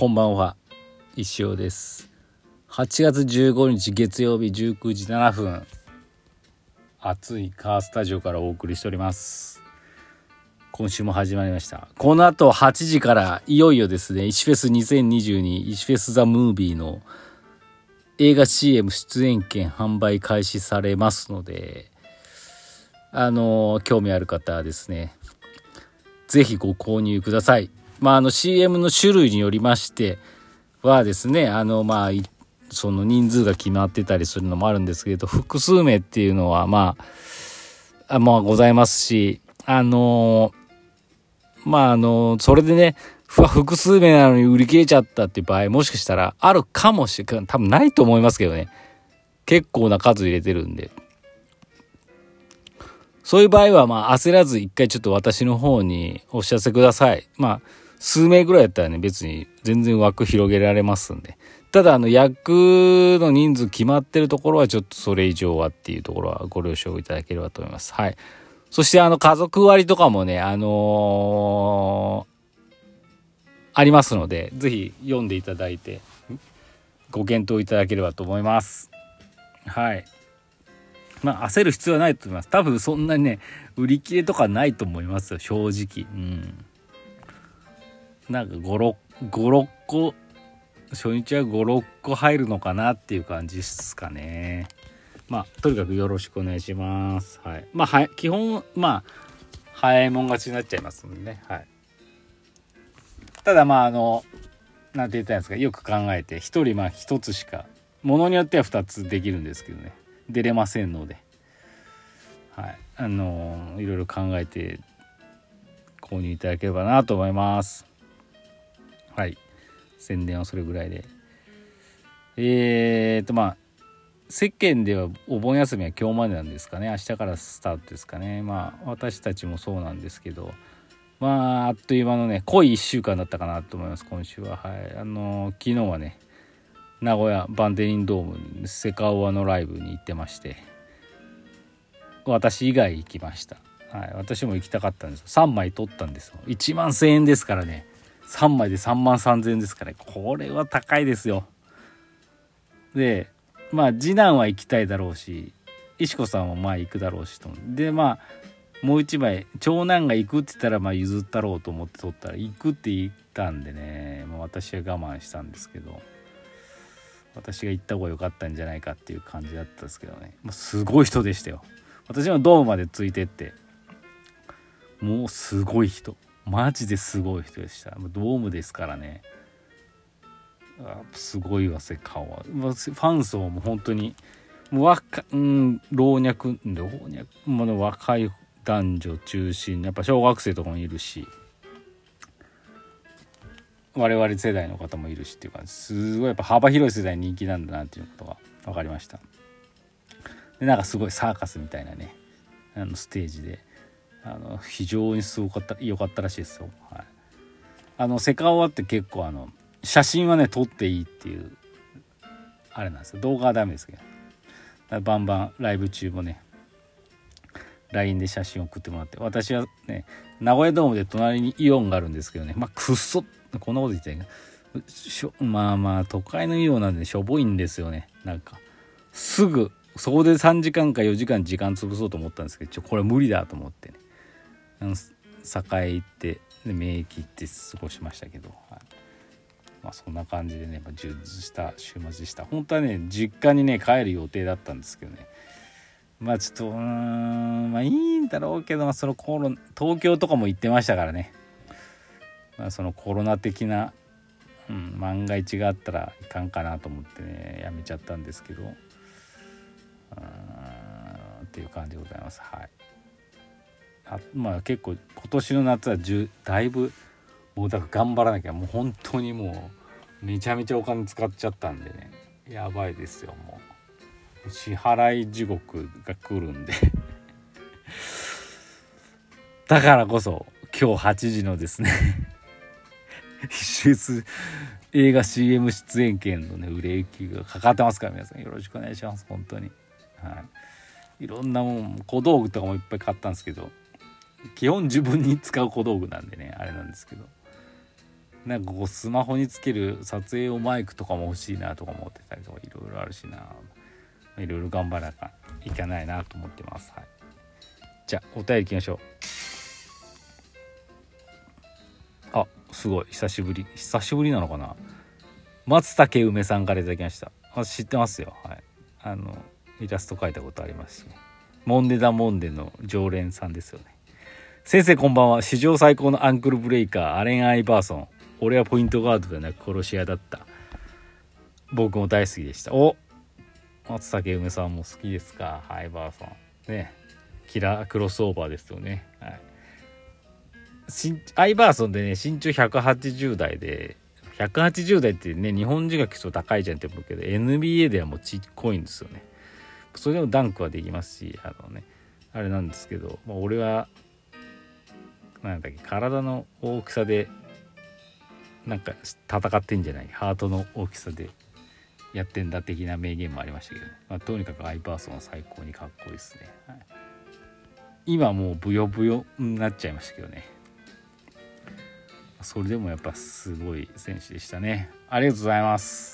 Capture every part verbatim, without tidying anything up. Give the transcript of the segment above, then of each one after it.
こんばんは、石尾です。はちがつじゅうごにち月曜日じゅうくじななふん、暑いカースタジオからお送りしております。今週も始まりました。この後はちじからいよいよですね、石フェスにせんにじゅうに、石フェスザムービーの映画 シーエム 出演券販売開始されますので、あの興味ある方はですね、ぜひご購入ください。まあ、あの シーエム の種類によりましてはですね、あのまあその人数が決まってたりするのもあるんですけど、複数名っていうのはまああまあございますし、あのまああのそれでね、複数名なのに売り切れちゃったっていう場合もしかしたらあるかもしれない。多分ないと思いますけどね。結構な数入れてるんで。そういう場合はまあ焦らず一回ちょっと私の方にお知らせください。まあ数名ぐらいだったらね、別に全然枠広げられますんで。ただあの役の人数決まってるところはちょっとそれ以上はっていうところはご了承いただければと思います。はい。そしてあの家族割とかもね、あのー、ありますので、ぜひ読んでいただいてご検討いただければと思います。はい。まあ焦る必要はないと思います。多分そんなにね売り切れとかないと思いますよ、正直。うん。なんかご、ろっこ初日はご、ろっこ入るのかなっていう感じですかね。まあとにかくよろしくお願いします。はい。まあは基本まあ早いもん勝ちになっちゃいますもんね。はい。ただまああのなんて言ったんですか、よく考えて一人まあ一つしか、ものによっては二つできるんですけどね、出れませんので、はい、あのー、いろいろ考えて購入いただければなと思います。はい、宣伝はそれぐらいで、えーとまあ世間ではお盆休みは今日までなんですかね。明日からスタートですかね。まあ私たちもそうなんですけど、まああっという間のね濃いいっしゅうかんだったかなと思います、今週は。はい、あのー、昨日はね名古屋バンテリンドームにセカオワのライブに行ってまして、私以外行きました。はい、私も行きたかったんです。さんまい取ったんですよ。いちまんせんえんですからね。さんまいでさんまんさんぜんえんですから、ね、これは高いですよ。でまあ次男は行きたいだろうし、石子さんもまあ行くだろうしと。でまあもう一枚長男が行くって言ったらまあ譲ったろうと思って取ったら行くって言ったんでね、もう私は我慢したんですけど、私が行った方が良かったんじゃないかっていう感じだったんですけどね、もうすごい人でしたよ。私もドームまでついてって、もうすごい人、マジですごい人でした。ドームですからね、すごいわせ顔は。ファン層も本当にもう若、うん、老若老若もう若い男女中心、やっぱ小学生とかもいるし、我々世代の方もいるしっていう感じ、すごいやっぱ幅広い世代に人気なんだなっていうことが分かりました。でなんかすごいサーカスみたいなね、あのステージであの非常にすごかった良かったらしいですよ。はい、あのセカオワって結構あの写真はね撮っていいっていうあれなんですよ。動画はダメですけど、バンバンライブ中もね ライン で写真送ってもらって、私はね名古屋ドームで隣にイオンがあるんですけどね、まあくっそこんなこと言ってないけど、まあまあ都会のイオンなんでしょぼいんですよね。なんかすぐそこでさんじかんかよじかん時間潰そうと思ったんですけど、ちょこれ無理だと思ってね、あの栄行って名駅行って過ごしましたけど、はい、まあそんな感じでね、まあ、充実した週末でした。本当はね実家にね帰る予定だったんですけどね、まあちょっとうーんまあいいんだろうけど、まあ、そのコロ東京とかも行ってましたからね、まあ、そのコロナ的な、うん、万が一があったらいかんかなと思ってねやめちゃったんですけど、うーんっていう感じでございます。はい。あまあ結構今年の夏はだいぶもうだから頑張らなきゃ、もう本当にもうめちゃめちゃお金使っちゃったんでね、やばいですよ。もう支払い地獄が来るんでだからこそ今日はちじのですね映画 シーエム 出演権のね売れ行きがかかってますから、皆さんよろしくお願いします本当に。はい、いろんなもん小道具とかもいっぱい買ったんですけど、基本自分に使う小道具なんでねあれなんですけど、 なんかこうスマホにつける撮影用マイクとかも欲しいなとか思ってたりとかいろいろあるしな、いろいろ頑張らなきゃいけないなと思ってます。はい、じゃあお便りいきましょう。あ、すごい久しぶり久しぶりなのかな。松竹梅さんからいただきました。あ、知ってますよ。はい、あのイラスト描いたことありますしね。モンデダモンデの常連さんですよね。先生こんばんは。史上最高のアンクルブレイカーアレン・アイバーソン。俺はポイントガードではなく殺し屋だった。僕も大好きでした。お、松竹梅さんも好きですか。アイバーソンね、キラークロスオーバーですよね。はい、アイバーソンでね身長ひゃくはちじゅう代で、ひゃくはちじゅう代ってね日本人が基礎高いじゃんって思うけど エヌビーエー ではもうちっこいんですよね。それでもダンクはできますし、あのねあれなんですけど、まあ、俺はなんだっけ体の大きさでなんか戦ってんじゃない、ハートの大きさでやってんだ的な名言もありましたけどね。まあ、とにかくアイバーソンは最高にかっこいいですね。はい、今もうブヨブヨになっちゃいましたけどね。それでもやっぱすごい選手でしたね。ありがとうございます。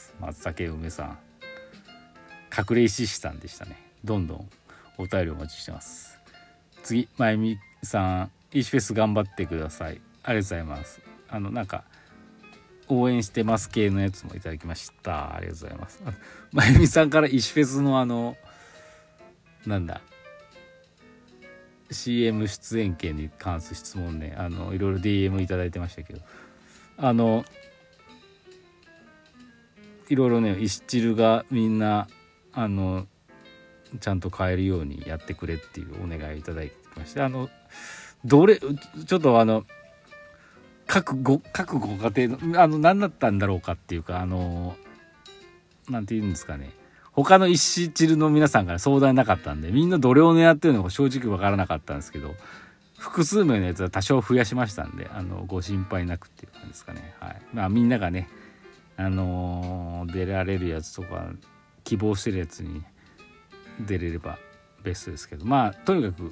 松竹梅さん、隠れ石師さんでしたね。どんどんお便りお待ちしてます。次、まゆみさん、石フェス頑張ってください。ありがとうございます。あのなんか応援してます系のやつもいただきました。ありがとうございます。まゆみさんから石フェスのあのなんだ シーエム 出演権に関する質問ね、あのいろいろ ディーエム いただいてましたけど、あのいろいろね石チルがみんなあのちゃんと買えるようにやってくれっていうお願いいただいてまして、あのどれちょっとあの各ご各ご家庭のあの何だったんだろうかっていうか、あのなんて言うんですかね、他の石チルの皆さんから相談なかったんで、みんなどれを狙ってるのか正直わからなかったんですけど、複数名のやつは多少増やしましたんで、あのご心配なくっていう感じですかね。はい、まあみんながね、あのー、出られるやつとか希望してるやつに出れればベストですけど、まあとにかく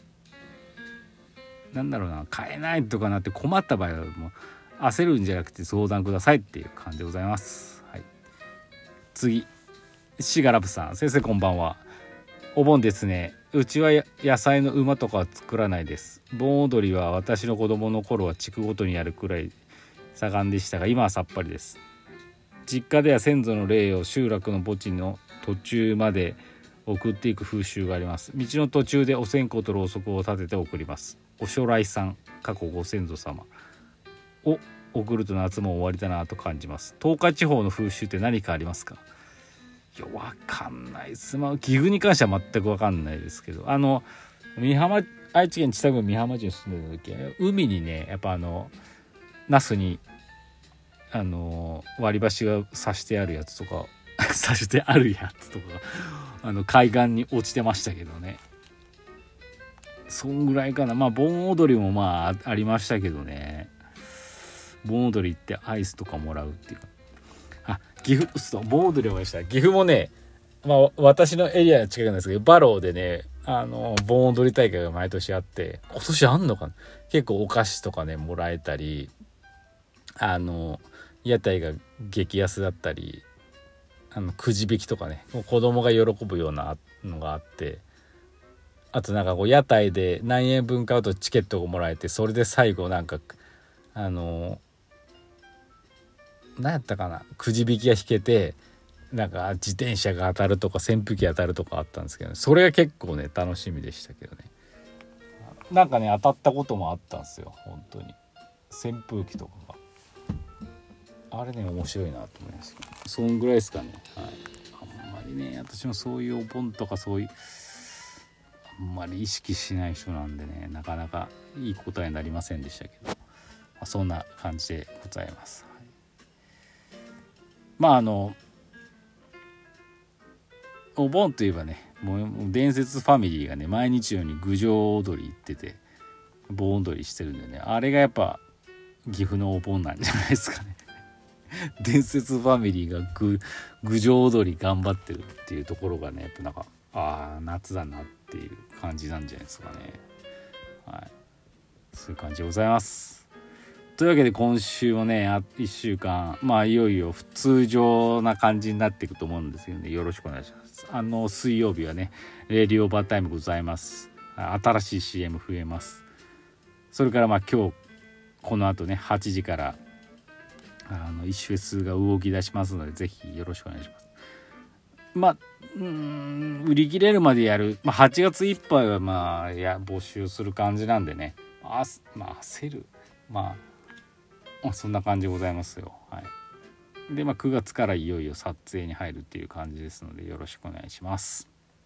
なんだろうな、買えないとかなって困った場合はもう焦るんじゃなくて相談くださいっていう感じでございます。はい、次、シガラブさん、先生こんばんは。お盆ですね。うちは野菜の馬とかは作らないです。盆踊りは私の子供の頃は地区ごとにやるくらい盛んでしたが、今はさっぱりです。実家では先祖の霊を集落の墓地の途中まで送っていく風習があります。道の途中でお線香とろうそくを立てて送ります。お将来さん過去ご先祖様を送ると夏も終わりだなと感じます。東海地方の風習って何かありますか？いや、わかんないです。まあ岐阜に関しては全くわかんないですけど、あの美浜愛知県知多郡美浜町に住んでた時は海にね、やっぱあのナスにあの割り箸が刺してあるやつとか刺してあるやつとかあの海岸に落ちてましたけどね。そんぐらいかな。まあ盆踊りもまあありましたけどね。盆踊りってアイスとかもらうっていうか、あ、岐阜そう盆踊りをした岐阜もね、まあ私のエリアの近くなんですけど、バローでね、あの盆踊り大会が毎年あって、今年あんのかな。結構お菓子とかねもらえたり、あの屋台が激安だったり、あのくじ引きとかね、子供が喜ぶようなのがあって、あとなんかこう屋台で何円分買うとチケットがもらえて、それで最後なんかあの何やったかな、くじ引きが引けてなんか自転車が当たるとか扇風機当たるとかあったんですけど、ね、それが結構ね楽しみでしたけどね。なんかね当たったこともあったんですよ、本当に。扇風機とかがあれね面白いなと思います。そんぐらいですかね。はい、あんまりね私もそういうお盆とかそういうあんまり意識しない人なんでね、なかなかいい答えになりませんでしたけど、まあ、そんな感じでございます。はい、まああのお盆といえばね、もう伝説ファミリーがね毎日のように郡上踊り行ってて盆踊りしてるんでね、あれがやっぱ岐阜のお盆なんじゃないですかね。伝説ファミリーが郡上踊り頑張ってるっていうところがね、やっぱなんかああ夏だなっていう感じなんじゃないですかね。はい、そういう感じでございます。 というわけで今週もねあいっしゅうかん、まあいよいよ通常な感じになっていくと思うんですけどね、よろしくお願いします。あの水曜日はねレディオオーバータイムございます。新しい シーエム 増えます。それからまあ今日この後ねはちじからあのイシフェスが動き出しますので、ぜひよろしくお願いします。まあうーん売り切れるまでやる、まあ、はちがついっぱいはまあや募集する感じなんでね、あまあ焦るまあ、まあ、そんな感じでございますよ。はい。でまあくがつからいよいよ撮影に入るっていう感じですので、よろしくお願いします。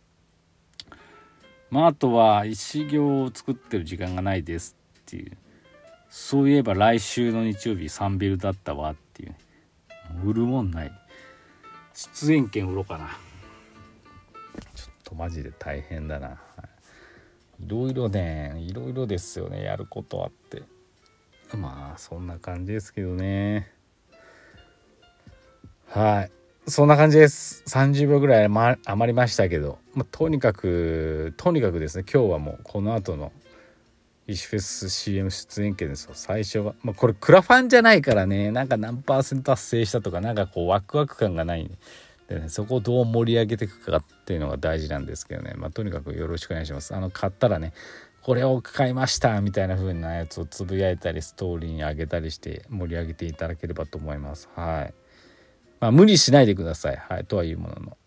まああとは石行を作ってる時間がないですっていう、そういえば来週の日曜日サンビルだったわっていう、売るもんない。出演権売ろうかな。ちょっとマジで大変だな。はい、いろいろねいろいろですよね、やることあって。まあそんな感じですけどね。はいそんな感じです。さんじゅうびょうぐらい余りましたけど、まあ、とにかくとにかくですね、今日はもうこの後のイシフェス シーエム 出演権ですよ。最初は、まあ、これクラファンじゃないからね、なんか何パーセント達成したとかなんかこうワクワク感がないで、ね、そこをどう盛り上げていくかっていうのが大事なんですけどね、まあ、とにかくよろしくお願いします。あの買ったらねこれを買いましたみたいな風なやつをつぶやいたりストーリーに上げたりして盛り上げていただければと思います。はい、まあ、無理しないでください。はい、とはいうものの